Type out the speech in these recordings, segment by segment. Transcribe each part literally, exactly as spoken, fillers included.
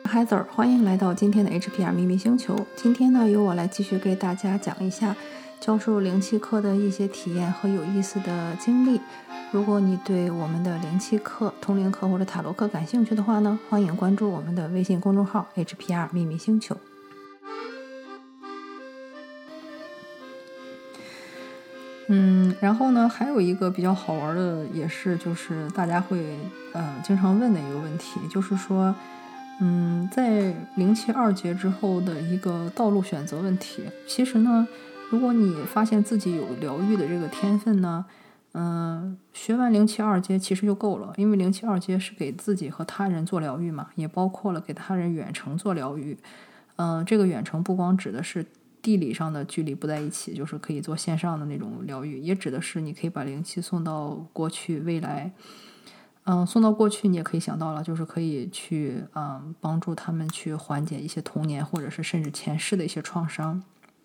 孩子儿，欢迎来到今天的 H P R 秘密星球。今天呢，由我来继续给大家讲一下教授灵气课的一些体验和有意思的经历。如果你对我们的灵气课、通灵课或者塔罗课感兴趣的话呢，欢迎关注我们的微信公众号 H P R 秘密星球。嗯，然后呢，还有一个比较好玩的，也是就是大家会呃经常问的一个问题，就是说，嗯，在灵气二阶之后的一个道路选择问题。其实呢，如果你发现自己有疗愈的这个天分呢，嗯、呃，学完灵气二阶其实就够了，因为灵气二阶是给自己和他人做疗愈嘛，也包括了给他人远程做疗愈。嗯、呃，这个远程不光指的是地理上的距离不在一起，就是可以做线上的那种疗愈，也指的是你可以把灵气送到过去、未来。嗯，送到过去你也可以想到了，就是可以去嗯帮助他们去缓解一些童年或者是甚至前世的一些创伤。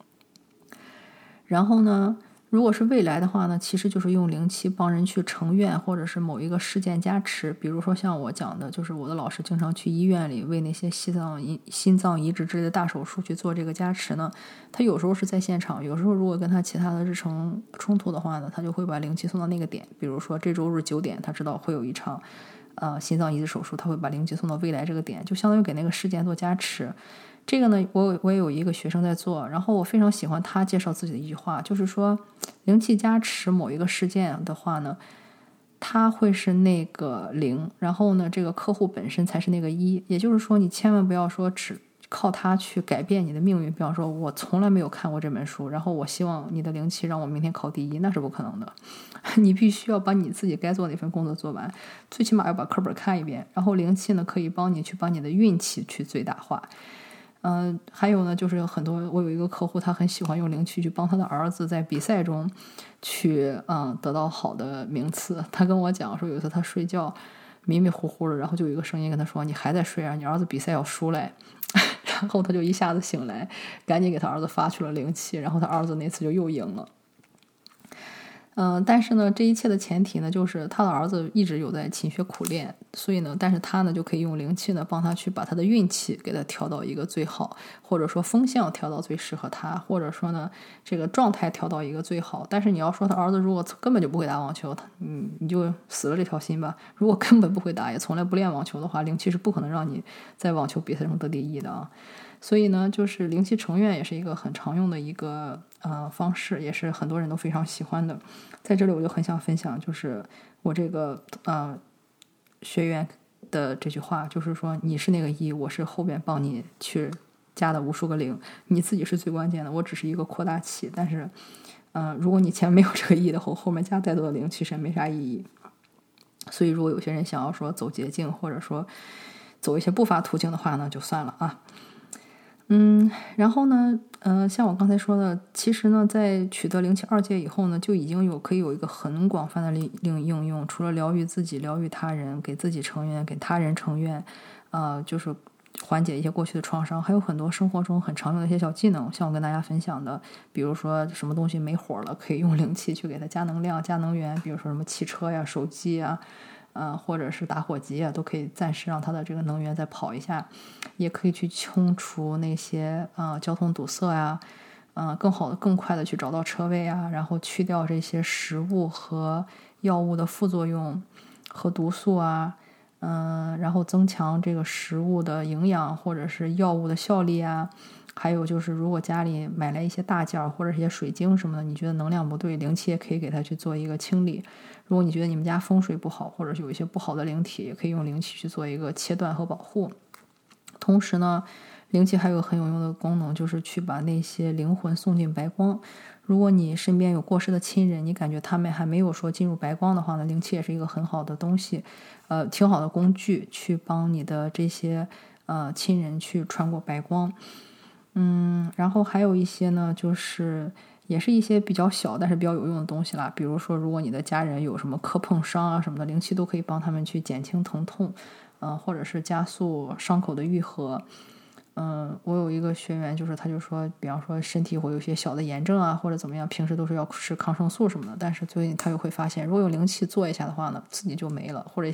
然后呢，如果是未来的话呢，其实就是用灵气帮人去成愿，或者是某一个事件加持。比如说像我讲的，就是我的老师经常去医院里为那些心脏移心脏移植之类的大手术去做这个加持呢。他有时候是在现场，有时候如果跟他其他的日程冲突的话呢，他就会把灵气送到那个点。比如说这周日九点，他知道会有一场呃心脏移植手术，他会把灵气送到未来这个点，就相当于给那个事件做加持。这个呢，我我也有一个学生在做，然后我非常喜欢他介绍自己的一句话，就是说，灵气加持某一个事件的话呢，他会是那个零，然后呢，这个客户本身才是那个一。也就是说，你千万不要说只靠他去改变你的命运。比方说，我从来没有看过这本书，然后我希望你的灵气让我明天考第一，那是不可能的。你必须要把你自己该做的那份工作做完，最起码要把课本看一遍，然后灵气呢可以帮你去把你的运气去最大化。嗯、呃，还有呢，就是很多我有一个客户，他很喜欢用灵气去帮他的儿子在比赛中去嗯得到好的名次。他跟我讲说，有一次他睡觉迷迷糊糊的，然后就有一个声音跟他说：“你还在睡啊？你儿子比赛要输嘞。”然后他就一下子醒来，赶紧给他儿子发去了灵气，然后他儿子那次就又赢了。嗯、呃，但是呢，这一切的前提呢，就是他的儿子一直有在勤学苦练，所以呢，但是他呢就可以用灵气呢帮他去把他的运气给他调到一个最好，或者说风向调到最适合他，或者说呢这个状态调到一个最好。但是你要说他儿子如果根本就不会打网球，他嗯你就死了这条心吧。如果根本不会打，也从来不练网球的话，灵气是不可能让你在网球比赛中得第一的啊。所以呢，就是灵气成愿也是一个很常用的一个呃方式，也是很多人都非常喜欢的。在这里我就很想分享，就是我这个呃学员的这句话，就是说你是那个一，我是后边帮你去加的无数个零，你自己是最关键的，我只是一个扩大器。但是，呃，如果你前面没有这个一的后，后面加再多的零其实也没啥意义。所以，如果有些人想要说走捷径，或者说走一些不法途径的话呢，就算了啊。嗯，然后呢，呃，像我刚才说的，其实呢，在取得灵气二阶以后呢，就已经有可以有一个很广泛的灵应用，除了疗愈自己、疗愈他人，给自己成愿、给他人成愿，呃，就是缓解一些过去的创伤，还有很多生活中很常用的一些小技能，像我跟大家分享的，比如说什么东西没火了，可以用灵气去给它加能量、加能源，比如说什么汽车呀、手机呀。呃，或者是打火机啊，都可以暂时让它的这个能源再跑一下，也可以去清除那些呃交通堵塞呀、啊，呃，更好的、更快的去找到车位啊，然后去掉这些食物和药物的副作用和毒素啊，嗯、呃，然后增强这个食物的营养或者是药物的效力啊。还有就是，如果家里买来一些大件或者一些水晶什么的，你觉得能量不对，灵气也可以给它去做一个清理。如果你觉得你们家风水不好，或者是有一些不好的灵体，也可以用灵气去做一个切断和保护。同时呢，灵气还有很有用的功能，就是去把那些灵魂送进白光。如果你身边有过世的亲人，你感觉他们还没有说进入白光的话呢，灵气也是一个很好的东西，呃，挺好的工具，去帮你的这些呃亲人去穿过白光。嗯，然后还有一些呢，就是也是一些比较小但是比较有用的东西啦。比如说，如果你的家人有什么磕碰伤啊什么的，灵气都可以帮他们去减轻疼痛，嗯、呃，或者是加速伤口的愈合。嗯、呃，我有一个学员，就是他就说，比方说身体会有一些小的炎症啊，或者怎么样，平时都是要吃抗生素什么的，但是最近他又会发现，如果用灵气做一下的话呢，自己就没了，或者一些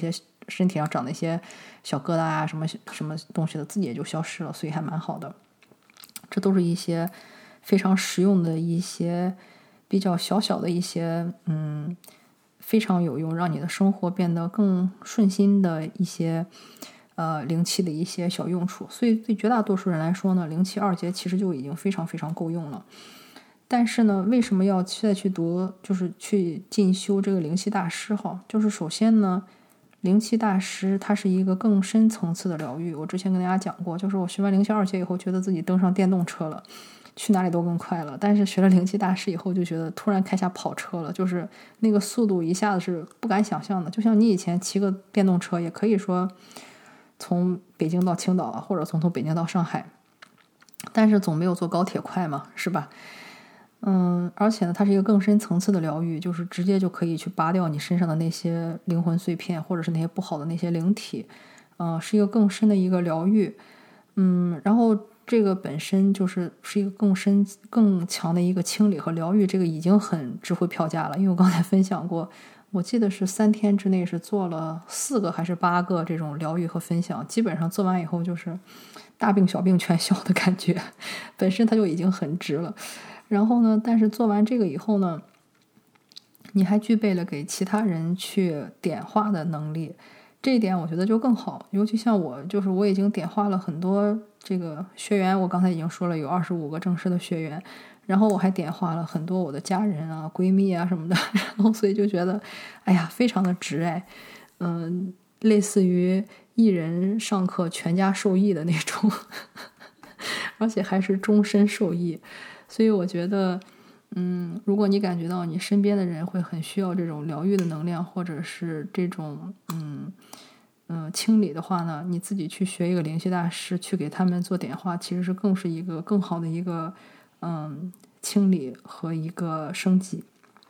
身体上长的一些小疙瘩啊，什么什么东西的，自己也就消失了，所以还蛮好的。这都是一些非常实用的一些比较小小的一些嗯非常有用，让你的生活变得更顺心的一些呃灵气的一些小用处。所以对绝大多数人来说呢，灵气二阶其实就已经非常非常够用了。但是呢，为什么要再去读，就是去进修这个灵气大师哈？就是首先呢，灵气大师它是一个更深层次的疗愈。我之前跟大家讲过，就是我学完灵气二阶以后，觉得自己登上电动车了，去哪里都更快了。但是学了灵气大师以后，就觉得突然开下跑车了，就是那个速度一下子是不敢想象的。就像你以前骑个电动车，也可以说从北京到青岛啊，或者从从北京到上海，但是总没有坐高铁快嘛，是吧？嗯，而且呢，它是一个更深层次的疗愈，就是直接就可以去拔掉你身上的那些灵魂碎片，或者是那些不好的那些灵体，嗯、呃，是一个更深的一个疗愈。嗯，然后这个本身就是是一个更深、更强的一个清理和疗愈，这个已经很值回票价了。因为我刚才分享过，我记得是三天之内是做了四个还是八个这种疗愈和分享，基本上做完以后就是大病小病全消的感觉，本身它就已经很值了。然后呢，但是做完这个以后呢，你还具备了给其他人去点化的能力，这一点我觉得就更好。尤其像我，就是我已经点化了很多这个学员，我刚才已经说了有二十五个正式的学员，然后我还点化了很多我的家人啊、闺蜜啊什么的，然后所以就觉得，哎呀，非常的值哎，嗯，类似于一人上课全家受益的那种，而且还是终身受益。所以我觉得，嗯，如果你感觉到你身边的人会很需要这种疗愈的能量，或者是这种嗯嗯、呃、清理的话呢，你自己去学一个灵气大师，去给他们做点化，其实是更是一个更好的一个嗯清理和一个升级。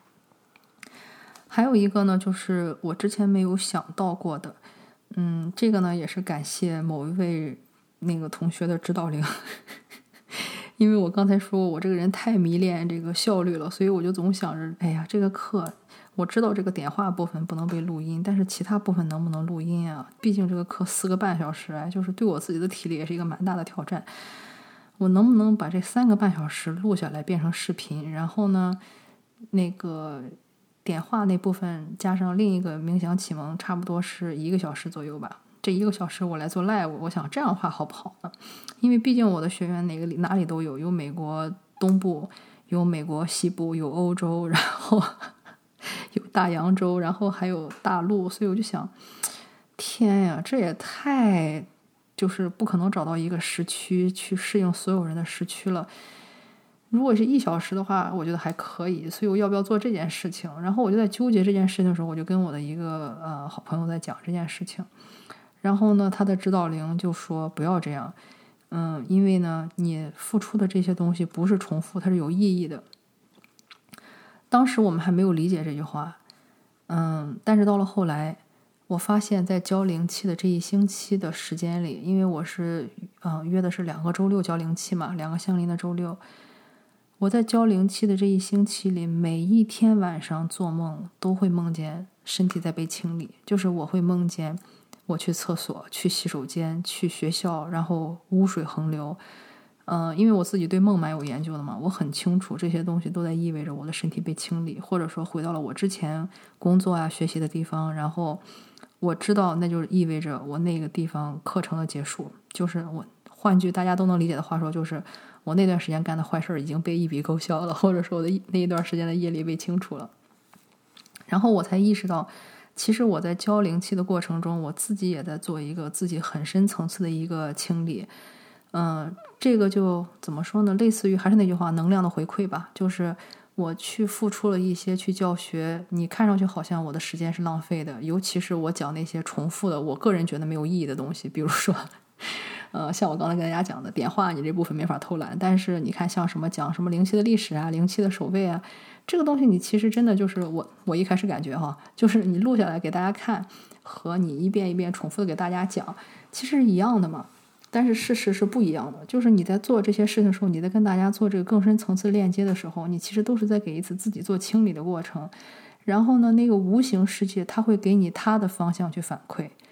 还有一个呢，就是我之前没有想到过的，嗯，这个呢也是感谢某一位那个同学的指导灵。因为我刚才说我这个人太迷恋这个效率了，所以我就总想着，哎呀，这个课我知道这个点化部分不能被录音，但是其他部分能不能录音啊？毕竟这个课四个半小时，哎，就是对我自己的体力也是一个蛮大的挑战。我能不能把这三个半小时录下来变成视频，然后呢，那个点化那部分加上另一个冥想启蒙，差不多是一个小时左右吧。这一个小时我来做 live， 我想这样的话好不好呢？因为毕竟我的学员哪个哪里都有，有美国东部，有美国西部，有欧洲，然后有大洋洲，然后还有大陆，所以我就想，天呀，这也太就是不可能找到一个时区去适应所有人的时区了。如果是一小时的话，我觉得还可以，所以我要不要做这件事情？然后我就在纠结这件事情的时候，我就跟我的一个呃好朋友在讲这件事情。然后呢，他的指导灵就说不要这样，嗯，因为呢，你付出的这些东西不是重复，它是有意义的。当时我们还没有理解这句话，嗯，但是到了后来，我发现在教灵气的这一星期的时间里，因为我是嗯约的是两个周六教灵气嘛，两个相邻的周六，我在教灵气的这一星期里，每一天晚上做梦都会梦见身体在被清理，就是我会梦见我去厕所、去洗手间、去学校，然后污水横流。嗯、呃，因为我自己对梦蛮有研究的嘛，我很清楚这些东西都在意味着我的身体被清理，或者说回到了我之前工作啊、学习的地方，然后我知道那就是意味着我那个地方课程的结束。就是我换句大家都能理解的话说，就是我那段时间干的坏事已经被一笔勾销了，或者说我的那一段时间的业力被清除了。然后我才意识到，其实我在教灵气的过程中，我自己也在做一个自己很深层次的一个清理。嗯、呃，这个就怎么说呢？类似于还是那句话，能量的回馈吧。就是我去付出了一些去教学，你看上去好像我的时间是浪费的，尤其是我讲那些重复的，我个人觉得没有意义的东西，比如说。呃，像我刚才跟大家讲的点化，你这部分没法偷懒，但是你看像什么讲什么灵气的历史啊、灵气的守卫啊，这个东西你其实真的就是我我一开始感觉哈，就是你录下来给大家看，和你一遍一遍重复的给大家讲，其实是一样的嘛。但是事实是不一样的，就是你在做这些事情的时候，你在跟大家做这个更深层次链接的时候，你其实都是在给一次自己做清理的过程。然后呢，那个无形世界它会给你它的方向去反馈。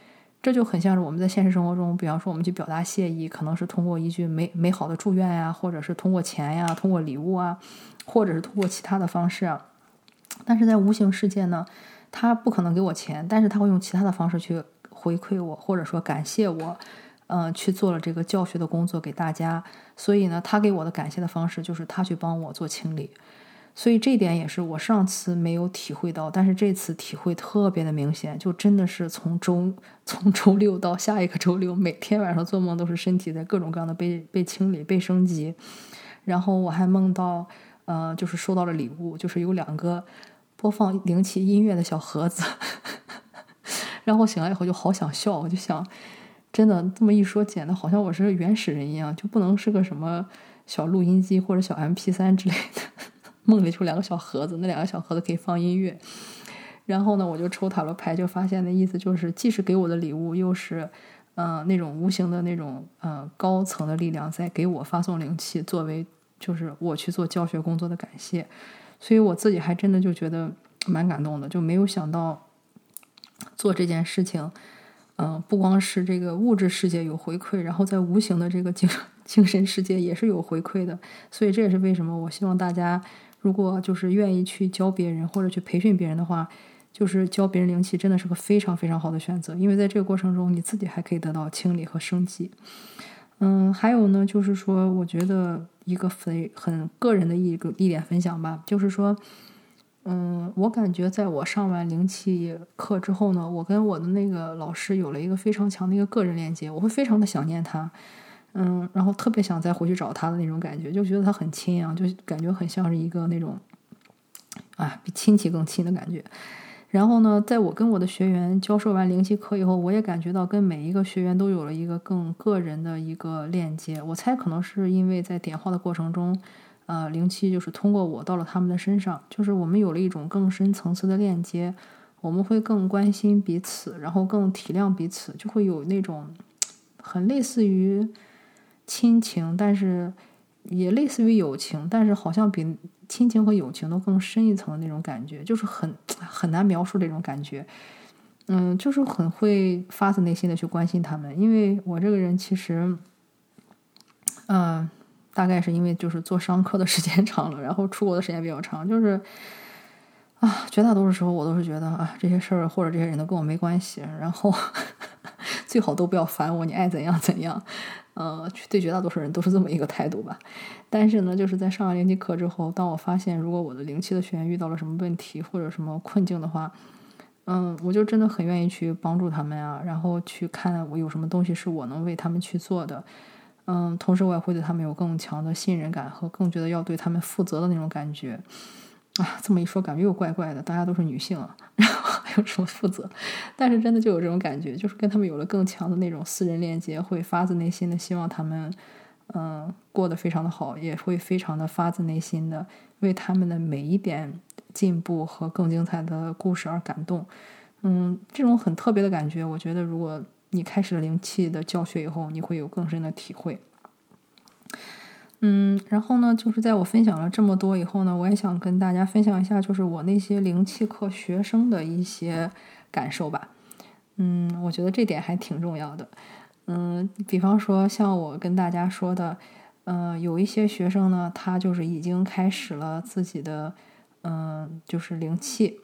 这就很像是我们在现实生活中，比方说我们去表达谢意，可能是通过一句美美好的祝愿呀，或者是通过钱呀，通过礼物啊，或者是通过其他的方式啊。但是在无形世界呢，他不可能给我钱，但是他会用其他的方式去回馈我，或者说感谢我，嗯、呃，去做了这个教学的工作给大家。所以呢，他给我的感谢的方式就是他去帮我做清理。所以这一点也是我上次没有体会到，但是这次体会特别的明显，就真的是从周从周六到下一个周六，每天晚上做梦都是身体在各种各样的被被清理、被升级。然后我还梦到，呃，就是收到了礼物，就是有两个播放灵气音乐的小盒子。然后醒来以后就好想笑，我就想，真的这么一说，简的好像我是个原始人一样，就不能是个什么小录音机或者小 M P 三 之类的。梦里就两个小盒子，那两个小盒子可以放音乐。然后呢，我就抽塔罗牌，就发现的意思就是，既是给我的礼物，又是，呃，那种无形的那种呃高层的力量在给我发送灵气，作为就是我去做教学工作的感谢。所以我自己还真的就觉得蛮感动的，就没有想到做这件事情，嗯、呃，不光是这个物质世界有回馈，然后在无形的这个精精神世界也是有回馈的。所以这也是为什么我希望大家，如果就是愿意去教别人或者去培训别人的话，就是教别人灵气真的是个非常非常好的选择，因为在这个过程中你自己还可以得到清理和升级。嗯，还有呢，就是说我觉得一个很很个人的一个一点分享吧，就是说嗯，我感觉在我上完灵气课之后呢，我跟我的那个老师有了一个非常强的一个个人链接，我会非常的想念他。嗯，然后特别想再回去找他的那种感觉，就觉得他很亲啊，就感觉很像是一个那种啊比亲戚更亲的感觉。然后呢，在我跟我的学员教授完灵气课以后，我也感觉到跟每一个学员都有了一个更个人的一个链接。我猜可能是因为在点化的过程中，呃，灵气就是通过我到了他们的身上，就是我们有了一种更深层次的链接，我们会更关心彼此，然后更体谅彼此，就会有那种很类似于亲情，但是也类似于友情，但是好像比亲情和友情都更深一层的那种感觉，就是很很难描述这种感觉。嗯，就是很会发自内心的去关心他们，因为我这个人其实，嗯、呃，大概是因为就是做商科的时间长了，然后出国的时间比较长，就是啊，绝大多数时候我都是觉得啊，这些事儿或者这些人都跟我没关系，然后最好都不要烦我，你爱怎样怎样。呃，对绝大多数人都是这么一个态度吧。但是呢，就是在上完灵气课之后，当我发现如果我的灵气的学员遇到了什么问题或者什么困境的话，嗯，我就真的很愿意去帮助他们啊，然后去看我有什么东西是我能为他们去做的。嗯，同时我也会对他们有更强的信任感和更觉得要对他们负责的那种感觉。啊，这么一说感觉又怪怪的，大家都是女性啊，然后还有什么负责？但是真的就有这种感觉，就是跟他们有了更强的那种私人链接，会发自内心的希望他们，嗯、呃，过得非常的好，也会非常的发自内心的为他们的每一点进步和更精彩的故事而感动。嗯，这种很特别的感觉，我觉得如果你开始了灵气的教学以后，你会有更深的体会。嗯，然后呢，就是在我分享了这么多以后呢，我也想跟大家分享一下，就是我那些灵气课学生的一些感受吧。嗯，我觉得这点还挺重要的。嗯，比方说像我跟大家说的，嗯，有一些学生呢，他就是已经开始了自己的，嗯，就是灵气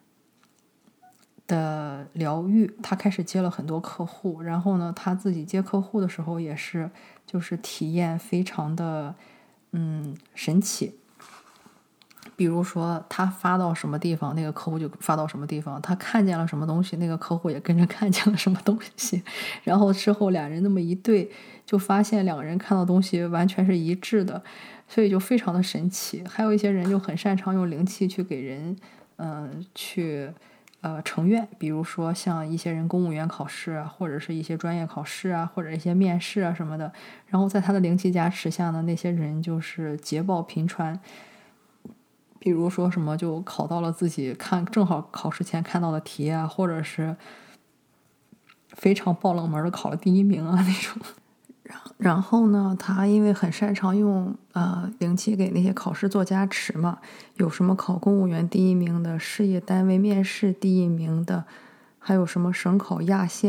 的疗愈，他开始接了很多客户，然后呢，他自己接客户的时候也是，就是体验非常的，嗯，神奇。比如说，他发到什么地方，那个客户就发到什么地方；他看见了什么东西，那个客户也跟着看见了什么东西。然后之后俩人那么一对，就发现两个人看到东西完全是一致的，所以就非常的神奇。还有一些人就很擅长用灵气去给人，嗯、呃，去。呃，成愿，比如说像一些人公务员考试啊，或者是一些专业考试啊，或者一些面试啊什么的，然后在他的灵气加持下呢，那些人就是捷报频传。比如说什么就考到了自己看正好考试前看到的题啊，或者是非常爆冷门的考了第一名啊那种。然后呢，他因为很擅长用呃灵气给那些考试做加持嘛，有什么考公务员第一名的，事业单位面试第一名的，还有什么省考压线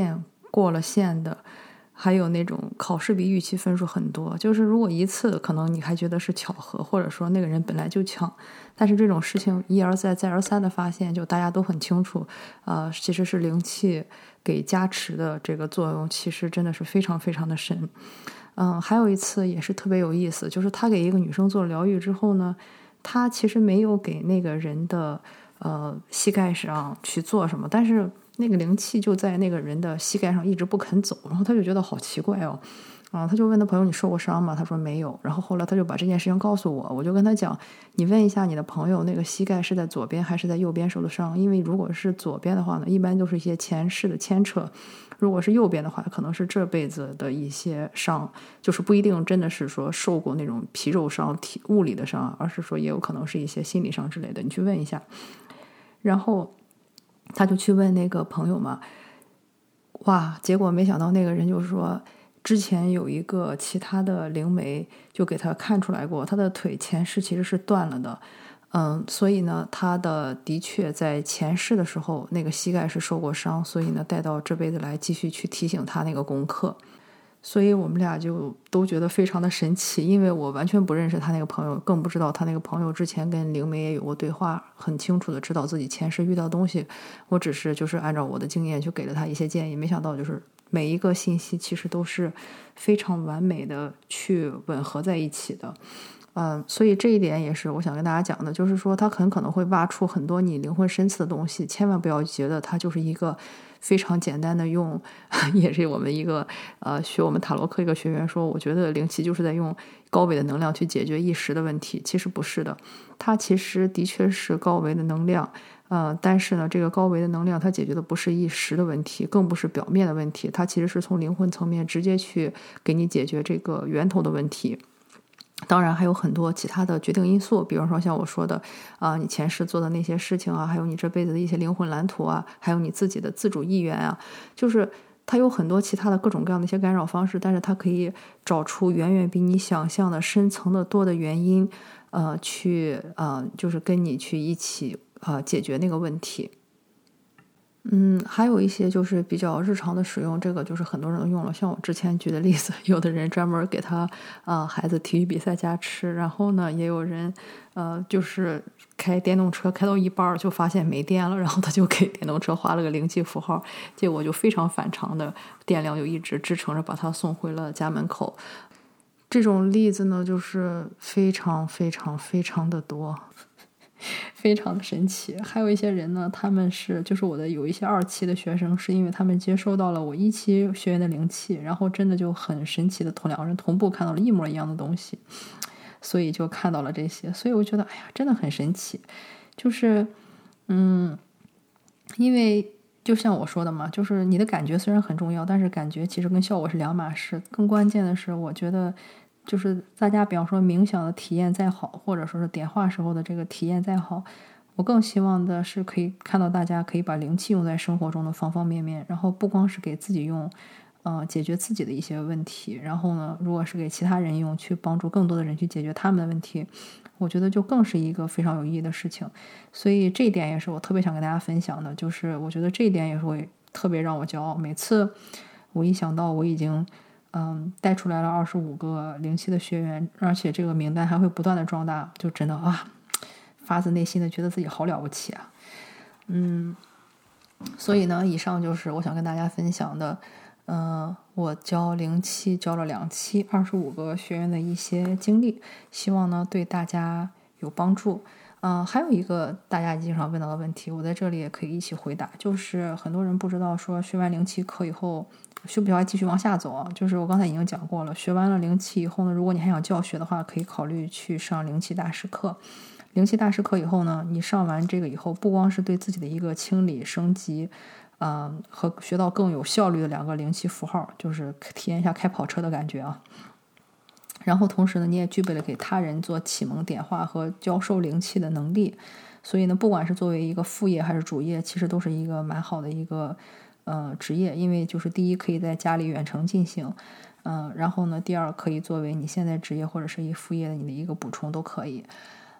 过了线的，还有那种考试比预期分数很多。就是如果一次可能你还觉得是巧合，或者说那个人本来就强，但是这种事情一而再再而三的发现，就大家都很清楚，呃，其实是灵气给加持的这个作用，其实真的是非常非常的深。嗯，还有一次也是特别有意思，就是他给一个女生做疗愈之后呢，他其实没有给那个人的呃膝盖上去做什么，但是那个灵气就在那个人的膝盖上一直不肯走，然后他就觉得好奇怪哦，啊，他就问他朋友你受过伤吗？他说没有，然后后来他就把这件事情告诉我，我就跟他讲，你问一下你的朋友那个膝盖是在左边还是在右边受的伤，因为如果是左边的话呢，一般都是一些前世的牵扯，如果是右边的话，可能是这辈子的一些伤，就是不一定真的是说受过那种皮肉伤、体物理的伤，而是说也有可能是一些心理伤之类的，你去问一下。然后他就去问那个朋友嘛，哇，结果没想到那个人就说，之前有一个其他的灵媒就给他看出来过，他的腿前世其实是断了的。嗯，所以呢，他的的确在前世的时候，那个膝盖是受过伤，所以呢，带到这辈子来继续去提醒他那个功课。所以我们俩就都觉得非常的神奇，因为我完全不认识他那个朋友，更不知道他那个朋友之前跟灵媒也有过对话，很清楚的知道自己前世遇到的东西。我只是就是按照我的经验去给了他一些建议，没想到就是每一个信息其实都是非常完美的去吻合在一起的。嗯，所以这一点也是我想跟大家讲的，就是说他很可能会挖出很多你灵魂深次的东西，千万不要觉得它就是一个非常简单的用，也是我们一个呃学我们塔罗课一个学员说，我觉得灵气就是在用高维的能量去解决一时的问题，其实不是的，它其实的确是高维的能量，呃，但是呢，这个高维的能量它解决的不是一时的问题，更不是表面的问题，它其实是从灵魂层面直接去给你解决这个源头的问题。当然还有很多其他的决定因素，比方说像我说的啊、呃，你前世做的那些事情啊，还有你这辈子的一些灵魂蓝图啊，还有你自己的自主意愿啊，就是它有很多其他的各种各样的一些干扰方式，但是它可以找出远远比你想象的深层的多的原因，呃，去呃，就是跟你去一起呃解决那个问题。嗯，还有一些就是比较日常的使用，这个就是很多人都用了。像我之前举的例子，有的人专门给他啊、呃、孩子体育比赛加持，然后呢，也有人呃就是开电动车开到一半就发现没电了，然后他就给电动车画了个灵气符号，结果就非常反常的电量就一直支撑着把他送回了家门口。这种例子呢，就是非常非常非常的多。非常的神奇，还有一些人呢，他们是就是我的有一些二期的学生，是因为他们接收到了我一期学员的灵气，然后真的就很神奇的同两个人同步看到了一模一样的东西，所以就看到了这些，所以我觉得哎呀，真的很神奇，就是嗯，因为就像我说的嘛，就是你的感觉虽然很重要，但是感觉其实跟效果是两码事，更关键的是，我觉得。就是大家比方说冥想的体验再好，或者说是点化时候的这个体验再好，我更希望的是可以看到大家可以把灵气用在生活中的方方面面，然后不光是给自己用，呃，解决自己的一些问题，然后呢，如果是给其他人用，去帮助更多的人去解决他们的问题，我觉得就更是一个非常有意义的事情。所以这一点也是我特别想跟大家分享的，就是我觉得这一点也是我特别让我骄傲。每次我一想到我已经嗯，带出来了二十五个灵气的学员，而且这个名单还会不断的壮大，就真的啊，发自内心的觉得自己好了不起啊。嗯，所以呢，以上就是我想跟大家分享的，嗯、呃，我教灵气教了两期，二十五个学员的一些经历，希望呢对大家有帮助。嗯、呃，还有一个大家经常问到的问题，我在这里也可以一起回答，就是很多人不知道说学完灵气课以后。需不需要继续往下走啊？就是我刚才已经讲过了，学完了灵气以后呢，如果你还想教学的话，可以考虑去上灵气大师课。灵气大师课以后呢，你上完这个以后，不光是对自己的一个清理升级，嗯、呃，和学到更有效率的两个灵气符号，就是体验一下开跑车的感觉啊。然后同时呢，你也具备了给他人做启蒙点化和教授灵气的能力。所以呢，不管是作为一个副业还是主业，其实都是一个蛮好的一个。呃，职业，因为就是第一可以在家里远程进行，嗯、呃，然后呢，第二可以作为你现在职业或者是一副业的你的一个补充都可以，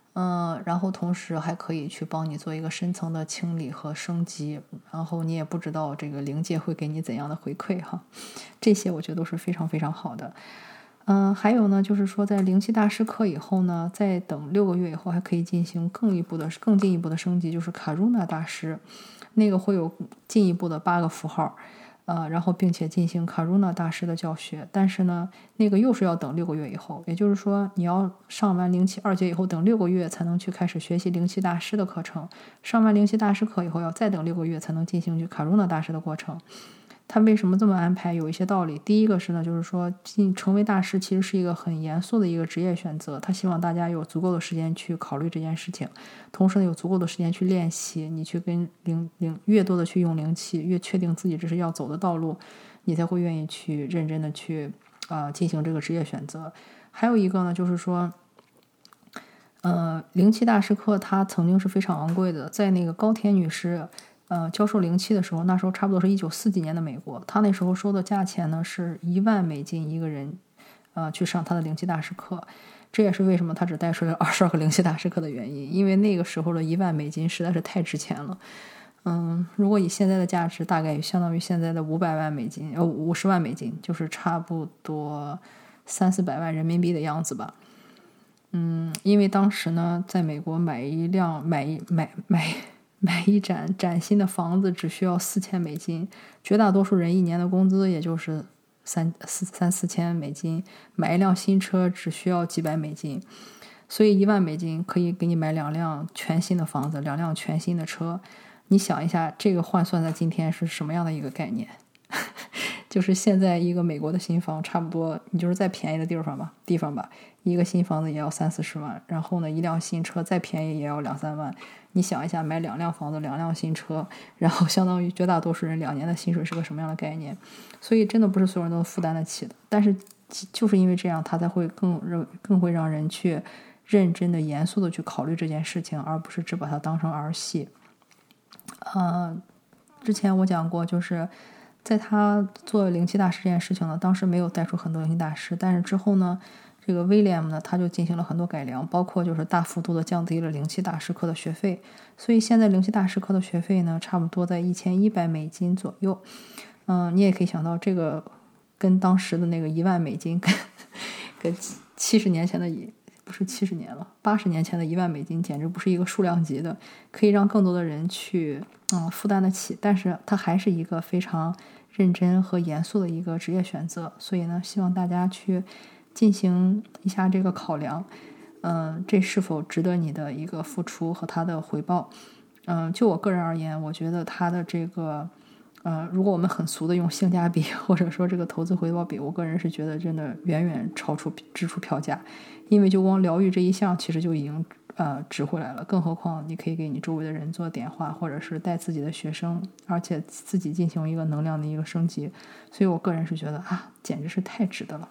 嗯，然后同时还可以去帮你做一个深层的清理和升级，然后你也不知道这个灵界会给你怎样的回馈哈，这些我觉得都是非常非常好的。嗯，还有呢，就是说在灵气大师课以后呢，再等六个月以后，还可以进行更一步的、更进一步的升级，就是卡रू纳大师，那个会有进一步的八个符号。呃，然后并且进行卡रू纳大师的教学，但是呢，那个又是要等六个月以后，也就是说，你要上完灵气二阶以后，等六个月才能去开始学习灵气大师的课程。上完灵气大师课以后，要再等六个月才能进行去卡रू纳大师的过程。他为什么这么安排？有一些道理。第一个是呢，就是说，进成为大师其实是一个很严肃的一个职业选择。他希望大家有足够的时间去考虑这件事情，同时呢，有足够的时间去练习。你去跟灵灵越多的去用灵气，越确定自己这是要走的道路，你才会愿意去认真的去啊、呃、进行这个职业选择。还有一个呢，就是说，呃，灵气大师课它曾经是非常昂贵的，在那个高田女士。呃，教授灵气的时候，那时候差不多是一九四几年的美国，他那时候收的价钱呢是一万美金一个人，呃，去上他的灵气大师课。这也是为什么他只带出来二十二个灵气大师课的原因，因为那个时候的一万美金实在是太值钱了。嗯，如果以现在的价值，大概相当于现在的五百万美金，呃，五十万美金，就是差不多三四百万人民币的样子吧。嗯，因为当时呢，在美国买一辆买一买买。买一盏崭新的房子只需要四千美金，绝大多数人一年的工资也就是三四三四千美金。买一辆新车只需要几百美金，所以一万美金可以给你买两辆全新的房子，两辆全新的车。你想一下，这个换算在今天是什么样的一个概念？就是现在一个美国的新房，差不多你就是再便宜的地方吧，地方吧，一个新房子也要三四十万，然后呢，一辆新车再便宜也要两三万。你想一下，买两辆房子，两辆新车，然后相当于绝大多数人两年的薪水是个什么样的概念？所以真的不是所有人都负担得起的。但是就是因为这样，他才会更认更会让人去认真的、严肃的去考虑这件事情，而不是只把它当成儿戏。呃，之前我讲过，就是在他做灵气大师这件事情呢，当时没有带出很多灵气大师，但是之后呢，这个威廉呢，他就进行了很多改良，包括就是大幅度的降低了灵气大师课的学费，所以现在灵气大师课的学费呢，差不多在一千一百美金左右。嗯、呃，你也可以想到，这个跟当时的那个一万美金，跟跟七十年前的不是七十年了，八十年前的一万美金，简直不是一个数量级的，可以让更多的人去嗯负担得起，但是它还是一个非常认真和严肃的一个职业选择，所以呢，希望大家去进行一下这个考量，嗯、呃，这是否值得你的一个付出和它的回报？嗯、呃，就我个人而言，我觉得它的这个，呃，如果我们很俗的用性价比或者说这个投资回报比，我个人是觉得真的远远超出支出票价，因为就光疗愈这一项其实就已经呃值回来了，更何况你可以给你周围的人做点化，或者是带自己的学生，而且自己进行一个能量的一个升级，所以我个人是觉得啊，简直是太值得了。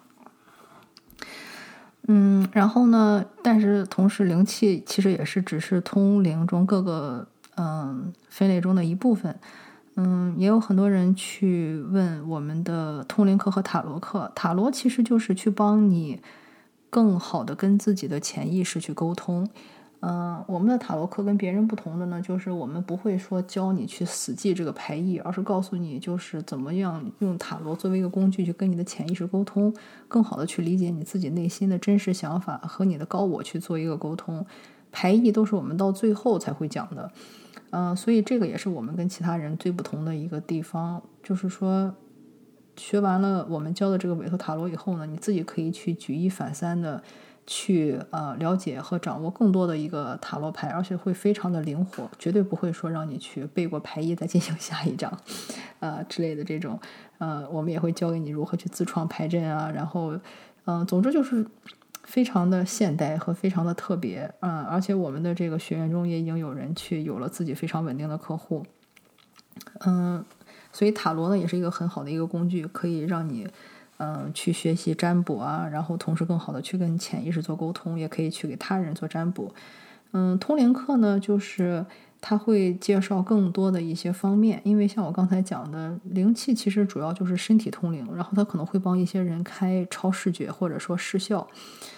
嗯，然后呢，但是同时灵气其实也是只是通灵中各个嗯分类中的一部分。嗯，也有很多人去问我们的通灵课和塔罗课，塔罗其实就是去帮你更好的跟自己的潜意识去沟通。嗯、呃，我们的塔罗课跟别人不同的呢，就是我们不会说教你去死记这个牌意，而是告诉你就是怎么样用塔罗作为一个工具去跟你的潜意识沟通，更好的去理解你自己内心的真实想法和你的高我去做一个沟通。牌意都是我们到最后才会讲的。嗯、呃，所以这个也是我们跟其他人最不同的一个地方，就是说学完了我们教的这个韦特塔罗以后呢，你自己可以去举一反三的去呃了解和掌握更多的一个塔罗牌，而且会非常的灵活，绝对不会说让你去背过牌意再进行下一章呃之类的这种。呃，我们也会教给你如何去自创牌阵啊，然后嗯、呃，总之就是非常的现代和非常的特别，嗯，而且我们的这个学员中也已经有人去有了自己非常稳定的客户，嗯，所以塔罗呢也是一个很好的一个工具，可以让你嗯、呃、去学习占卜啊，然后同时更好的去跟潜意识做沟通，也可以去给他人做占卜。嗯，通灵课呢就是它会介绍更多的一些方面，因为像我刚才讲的，灵气其实主要就是身体通灵，然后它可能会帮一些人开超视觉或者说视效。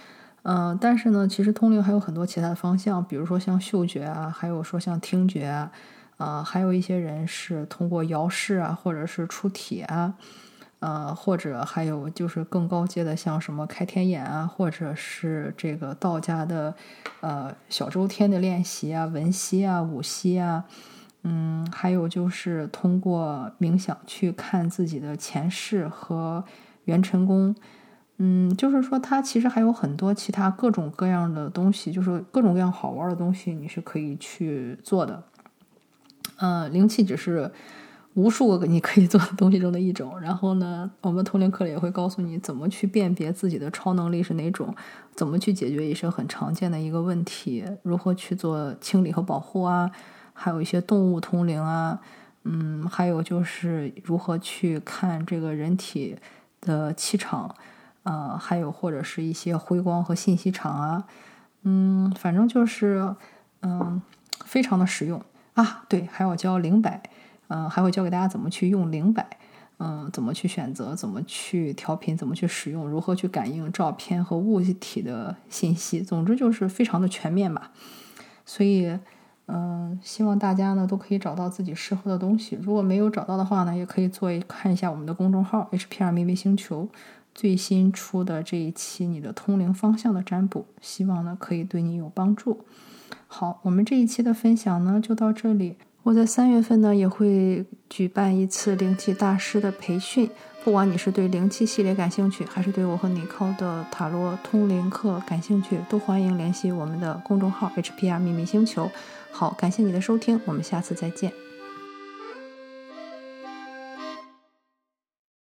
嗯、呃，但是呢，其实通灵还有很多其他的方向，比如说像嗅觉啊，还有说像听觉啊，呃，还有一些人是通过摇视啊，或者是出体啊，呃，或者还有就是更高阶的，像什么开天眼啊，或者是这个道家的呃小周天的练习啊、文息啊、武息啊，嗯，还有就是通过冥想去看自己的前世和元辰宫。嗯，就是说它其实还有很多其他各种各样的东西，就是各种各样好玩的东西，你是可以去做的。呃，灵气只是无数个你可以做的东西中的一种。然后呢，我们通灵课里也会告诉你怎么去辨别自己的超能力是哪种，怎么去解决一些很常见的一个问题，如何去做清理和保护啊，还有一些动物通灵啊，嗯，还有就是如何去看这个人体的气场。呃，还有或者是一些辉光和信息场啊，嗯，反正就是嗯，非常的实用啊。对，还要教灵摆，嗯、呃，还会教给大家怎么去用灵摆，嗯、呃，怎么去选择，怎么去调频，怎么去使用，如何去感应照片和物体的信息。总之就是非常的全面吧。所以，嗯、呃，希望大家呢都可以找到自己适合的东西。如果没有找到的话呢，也可以做一看一下我们的公众号 H P R 秘密星球。最新出的这一期你的通灵方向的占卜，希望呢可以对你有帮助。好，我们这一期的分享呢就到这里。我在三月份呢也会举办一次灵气大师的培训，不管你是对灵气系列感兴趣，还是对我和尼靠的塔罗通灵课感兴趣，都欢迎联系我们的公众号 H P R 秘密星球。好，感谢你的收听，我们下次再见。